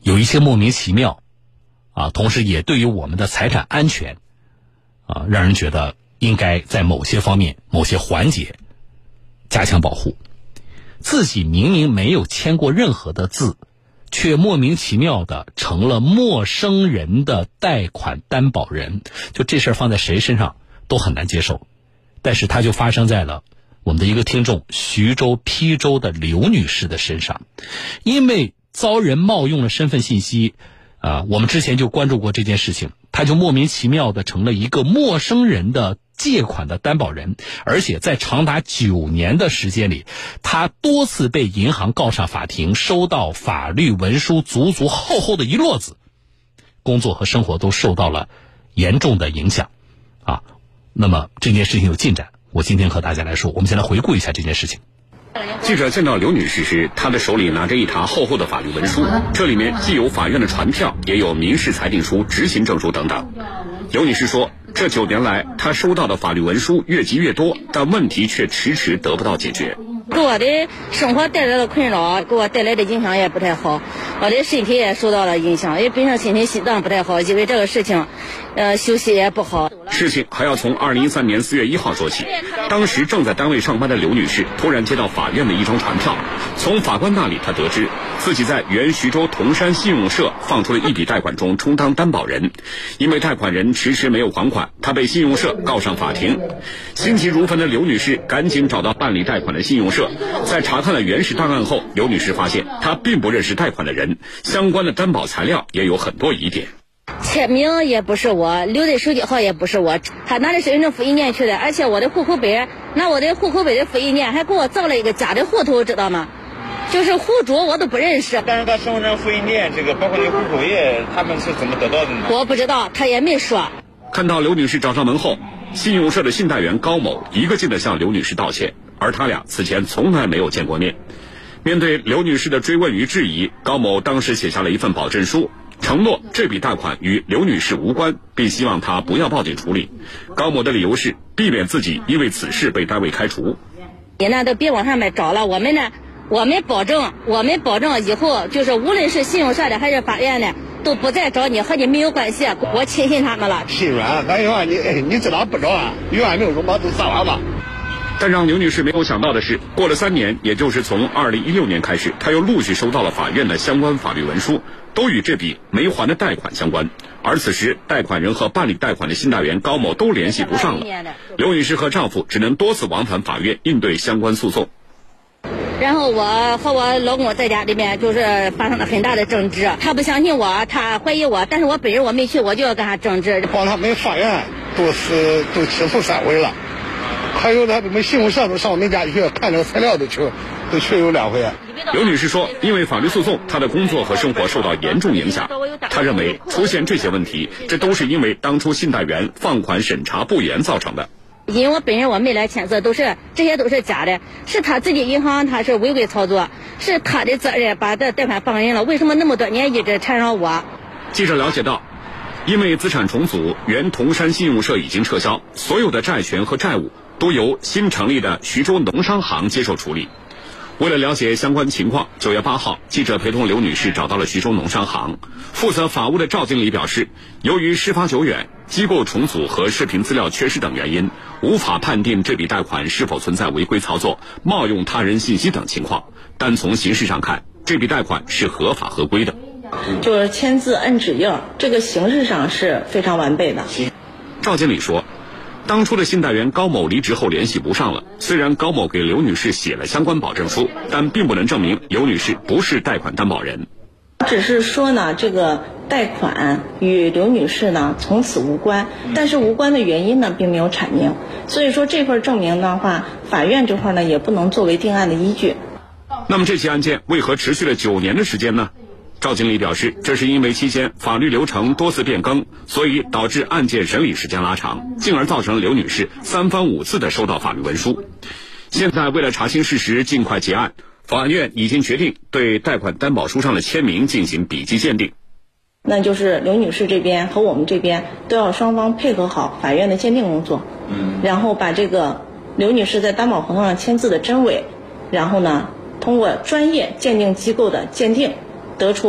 有一些莫名其妙同时也对于我们的财产安全让人觉得应该在某些方面某些环节加强保护。自己明明没有签过任何的字，却莫名其妙的成了陌生人的贷款担保人，就这事儿放在谁身上都很难接受。但是它就发生在了我们的一个听众徐州邳州的刘女士的身上。因为遭人冒用了身份信息我们之前就关注过这件事情，她就莫名其妙的成了一个陌生人的借款的担保人，而且在长达9年的时间里，他多次被银行告上法庭，收到法律文书足足厚厚的一摞子，工作和生活都受到了严重的影响那么这件事情有进展，我今天和大家来说。我们先来回顾一下这件事情。 记者见到刘女士时，她的手里拿着一沓厚厚的法律文书，这里面既有法院的传票，也有民事裁定书、执行证书等等。刘女士说，这9年来她收到的法律文书越积越多，但问题却迟迟得不到解决。 给我的生活带来的困扰，给我带来的影响也不太好，我的身体也受到了影响，因为本身身体心脏不太好，因为这个事情休息也不好。 事情还要从2013年4月1号说起。当时正在单位上班的刘女士突然接到法院的一张传票，从法官那里她得知自己在原徐州铜山信用社放出了一笔贷款中充当担保人，因为贷款人迟迟没有还款，她被信用社告上法庭。心急如焚的刘女士赶紧找到办理贷款的信用社，在查看了原始档案后，刘女士发现她并不认识贷款的人，相关的担保材料也有很多疑点。 签名也不是我，留的手机号也不是我，他拿着身份证复印件去的，而且我的户口本拿我的户口本的复印件还给我造了一个假的户头，知道吗？就是户主我都不认识。 但是他身份证复印件这个包括那户口页他们是怎么得到的呢？ 我不知道，他也没说。 看到刘女士找上门后，信用社的信贷员高某一个劲地向刘女士道歉，而他俩此前从来没有见过面。面对刘女士的追问与质疑，高某当时写下了一份保证书，承诺这笔贷款与刘女士无关，并希望她不要报警处理。高某的理由是避免自己因为此事被单位开除。 你呢都别往上面找了，我们保证以后就是无论是信用社的还是法院的都不再找你，和你没有关系，我轻信他们了。 心软，咱以后你知道不着永远没有什么都撒完了。 但让刘女士没有想到的是，过了3年，也就是从2016年开始，她又陆续收到了法院的相关法律文书，都与这笔没还的贷款相关。而此时，贷款人和办理贷款的信贷员高某都联系不上了，刘女士和丈夫只能多次往返法院应对相关诉讼。 然后我和我老公在家里面就是发生了很大的争执，他不相信我，他怀疑我，但是我本人我没去，我就要跟他争执。 帮他们法院都起诉3回了，还有他们信用社都上我们家去看这个材料都去有2回。 刘女士说，因为法律诉讼，她的工作和生活受到严重影响。她认为出现这些问题，这都是因为当初信贷员放款审查不严造成的。 因为我本人我没来签字，这些都是假的，是他自己银行他是违规操作，是他的责任把这贷款放人了，为什么那么多年一直缠上我？ 记者了解到，因为资产重组，原铜山信用社已经撤销，所有的债权和债务都由新成立的徐州农商行接受处理。为了了解相关情况，9月8号，记者陪同刘女士找到了徐州农商行。负责法务的赵经理表示，由于事发久远，机构重组和视频资料缺失等原因，无法判定这笔贷款是否存在违规操作、冒用他人信息等情况。但从形式上看，这笔贷款是合法合规的。 就是签字摁指印，这个形式上是非常完备的。 赵经理说，当初的信贷员高某离职后联系不上了，虽然高某给刘女士写了相关保证书，但并不能证明刘女士不是贷款担保人。 只是说呢，这个贷款与刘女士呢从此无关，但是无关的原因呢并没有阐明，所以说这份证明的话，法院这块呢也不能作为定案的依据。 那么这起案件为何持续了9年的时间呢？赵经理表示，这是因为期间法律流程多次变更，所以导致案件审理时间拉长，进而造成刘女士3番5次的收到法律文书。现在为了查清事实，尽快结案，法院已经决定对贷款担保书上的签名进行笔迹鉴定。 那就是刘女士这边和我们这边都要双方配合好法院的鉴定工作，然后把这个刘女士在担保合同上签字的真伪，然后呢通过专业鉴定机构的鉴定，得出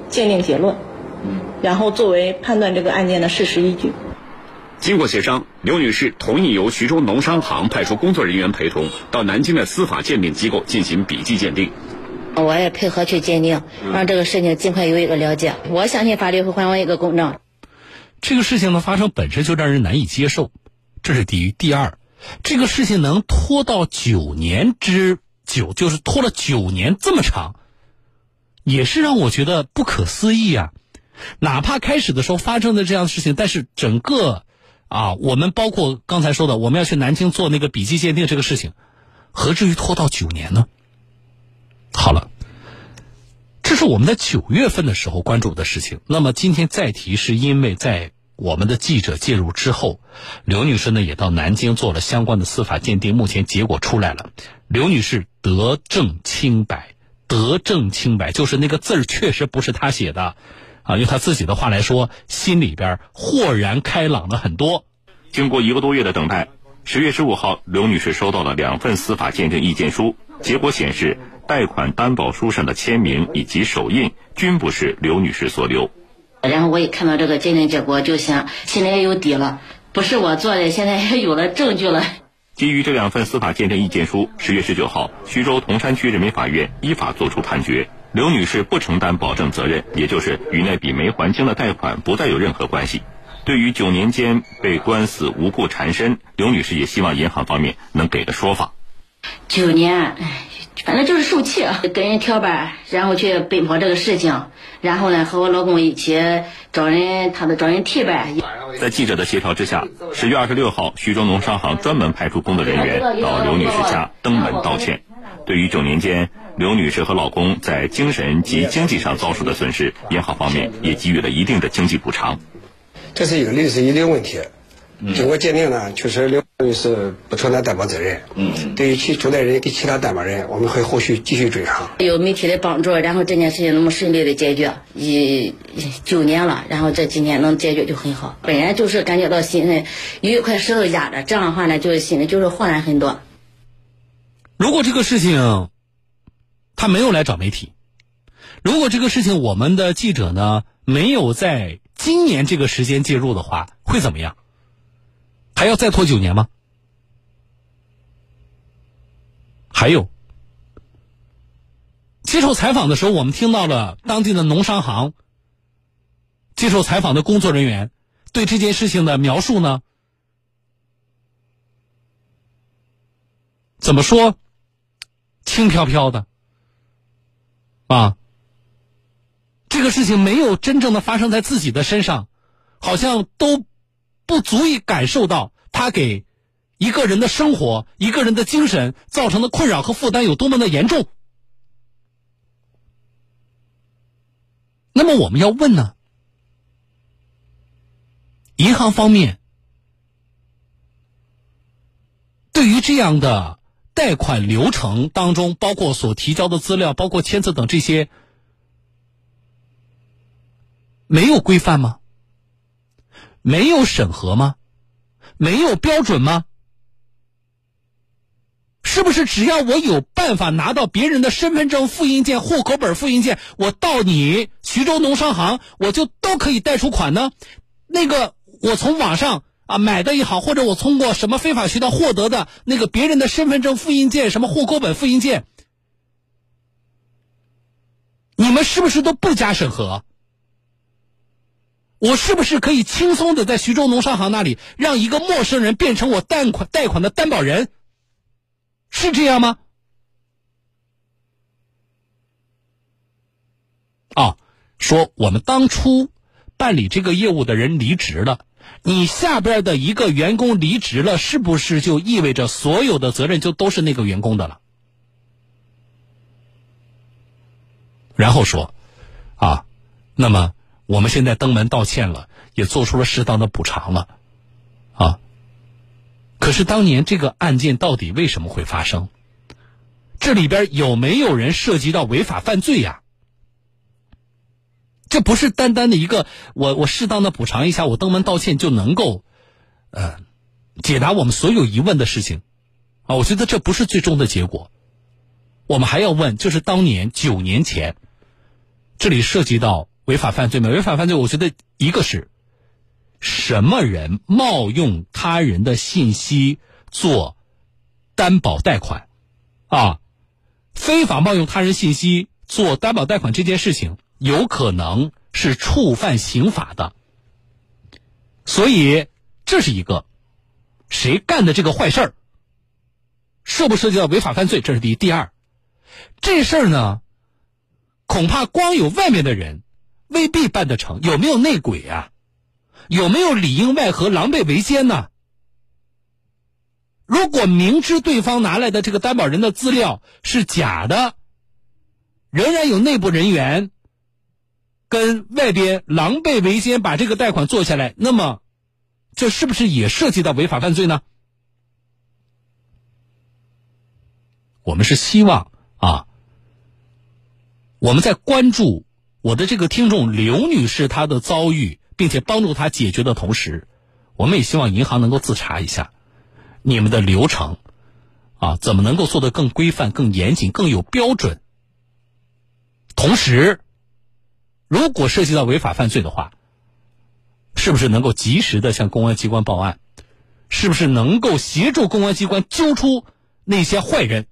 鉴定结论，然后作为判断这个案件的事实依据。 经过协商，刘女士同意由徐州农商行派出工作人员陪同到南京的司法鉴定机构进行笔迹鉴定。 我也配合去鉴定，让这个事情尽快有一个了解。我相信法律会还我一个公正。 这个事情的发生本身就让人难以接受，这是第一。第二，这个事情能拖到9年之久，就是拖了9年这么长，也是让我觉得不可思议啊。哪怕开始的时候发生的这样的事情，但是整个我们包括刚才说的我们要去南京做那个笔迹鉴定这个事情，何至于拖到9年呢？好了，这是我们在9月份的时候关注的事情。那么今天再提，是因为在我们的记者介入之后，刘女士呢也到南京做了相关的司法鉴定，目前结果出来了，刘女士得证清白。得证清白就是那个字儿确实不是她写的用她自己的话来说，心里边豁然开朗了很多。 经过1个多月的等待，10月15号，刘女士收到了2份司法鉴定意见书，结果显示贷款担保书上的签名以及手印均不是刘女士所留。 然后我一看到这个鉴定结果，就想心里也有底了，不是我做的，现在也有了证据了。 基于这2份司法鉴定意见书，10月19号，徐州铜山区人民法院依法作出判决，刘女士不承担保证责任，也就是与那笔没还清的贷款不再有任何关系。对于9年间被官司无故缠身，刘女士也希望银行方面能给个说法。 9年，反正就是受气，跟人跳板，然后去奔跑这个事情，然后呢和我老公一起找人替代。 在记者的协调之下，10月26号，徐州农商行专门派出工作人员到刘女士家登门道歉。对于9年间刘女士和老公在精神及经济上遭受的损失，银行方面也给予了一定的经济补偿。 这是一个历史遗留问题。经过鉴定呢，确实刘女士不承担担保责任。对于其主贷人跟其他担保人，我们会后续继续追偿。 有媒体的帮助，然后这件事情那么顺利的解决，9年了，然后这今天能解决就很好。本来就是感觉到心里有一块石头压着，这样的话呢，就是心里就是豁然很多。 如果这个事情他没有来找媒体，如果这个事情我们的记者呢没有在今年这个时间介入的话，会怎么样？还要再拖9年吗？还有，接受采访的时候，我们听到了当地的农商行接受采访的工作人员对这件事情的描述呢，怎么说？轻飘飘的这个事情没有真正的发生在自己的身上，好像都不足以感受到他给一个人的生活、一个人的精神造成的困扰和负担有多么的严重。那么我们要问呢，银行方面对于这样的贷款流程当中，包括所提交的资料，包括签字等这些，没有规范吗？没有审核吗？没有标准吗？是不是只要我有办法拿到别人的身份证复印件、户口本复印件，我到你徐州农商行我就都可以贷出款呢？那个我从网上买的也好，或者我通过什么非法渠道获得的那个别人的身份证复印件、什么户口本复印件，你们是不是都不加审核？我是不是可以轻松的在徐州农商行那里让一个陌生人变成我贷款的担保人？是这样吗？说我们当初办理这个业务的人离职了，你下边的一个员工离职了，是不是就意味着所有的责任就都是那个员工的了？然后说那么我们现在登门道歉了，也做出了适当的补偿了可是当年这个案件到底为什么会发生？这里边有没有人涉及到违法犯罪呀？这不是单单的一个我适当的补偿一下，我登门道歉就能够解答我们所有疑问的事情我觉得这不是最终的结果。我们还要问，就是当年9年前，这里涉及到违法犯罪吗？违法犯罪，我觉得一个是什么人冒用他人的信息做担保贷款啊，非法冒用他人信息做担保贷款这件事情，有可能是触犯刑法的。所以这是一个谁干的这个坏事儿，涉不涉及到违法犯罪，这是第一。第二，这事儿呢，恐怕光有外面的人未必办得成，有没有内鬼啊？有没有里应外合、狼狈为奸呢？如果明知对方拿来的这个担保人的资料是假的，仍然有内部人员跟外边狼狈为奸把这个贷款做下来，那么这是不是也涉及到违法犯罪呢？我们是希望啊，我们在关注我的这个听众刘女士她的遭遇，并且帮助她解决的同时，我们也希望银行能够自查一下你们的流程啊，怎么能够做得更规范、更严谨、更有标准。同时，如果涉及到违法犯罪的话，是不是能够及时的向公安机关报案？是不是能够协助公安机关揪出那些坏人？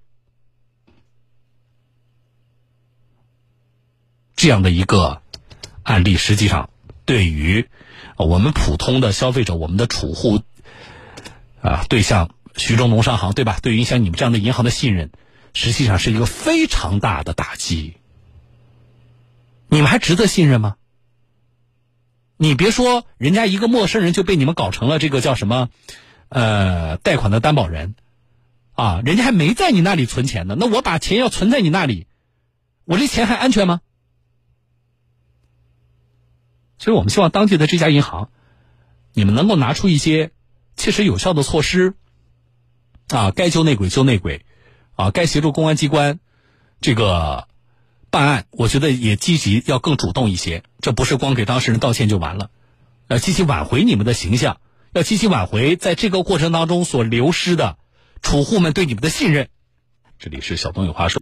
这样的一个案例，实际上对于我们普通的消费者，我们的储户对像徐州农商行，对吧？对于像你们这样的银行的信任，实际上是一个非常大的打击。你们还值得信任吗？你别说人家一个陌生人就被你们搞成了这个叫什么贷款的担保人啊，人家还没在你那里存钱呢，那我把钱要存在你那里，我这钱还安全吗？所以我们希望当地的这家银行，你们能够拿出一些切实有效的措施啊，该揪内鬼揪内鬼啊，该协助公安机关这个办案，我觉得也积极要更主动一些，这不是光给当事人道歉就完了，要积极挽回你们的形象，要积极挽回在这个过程当中所流失的储户们对你们的信任。这里是小东有话说。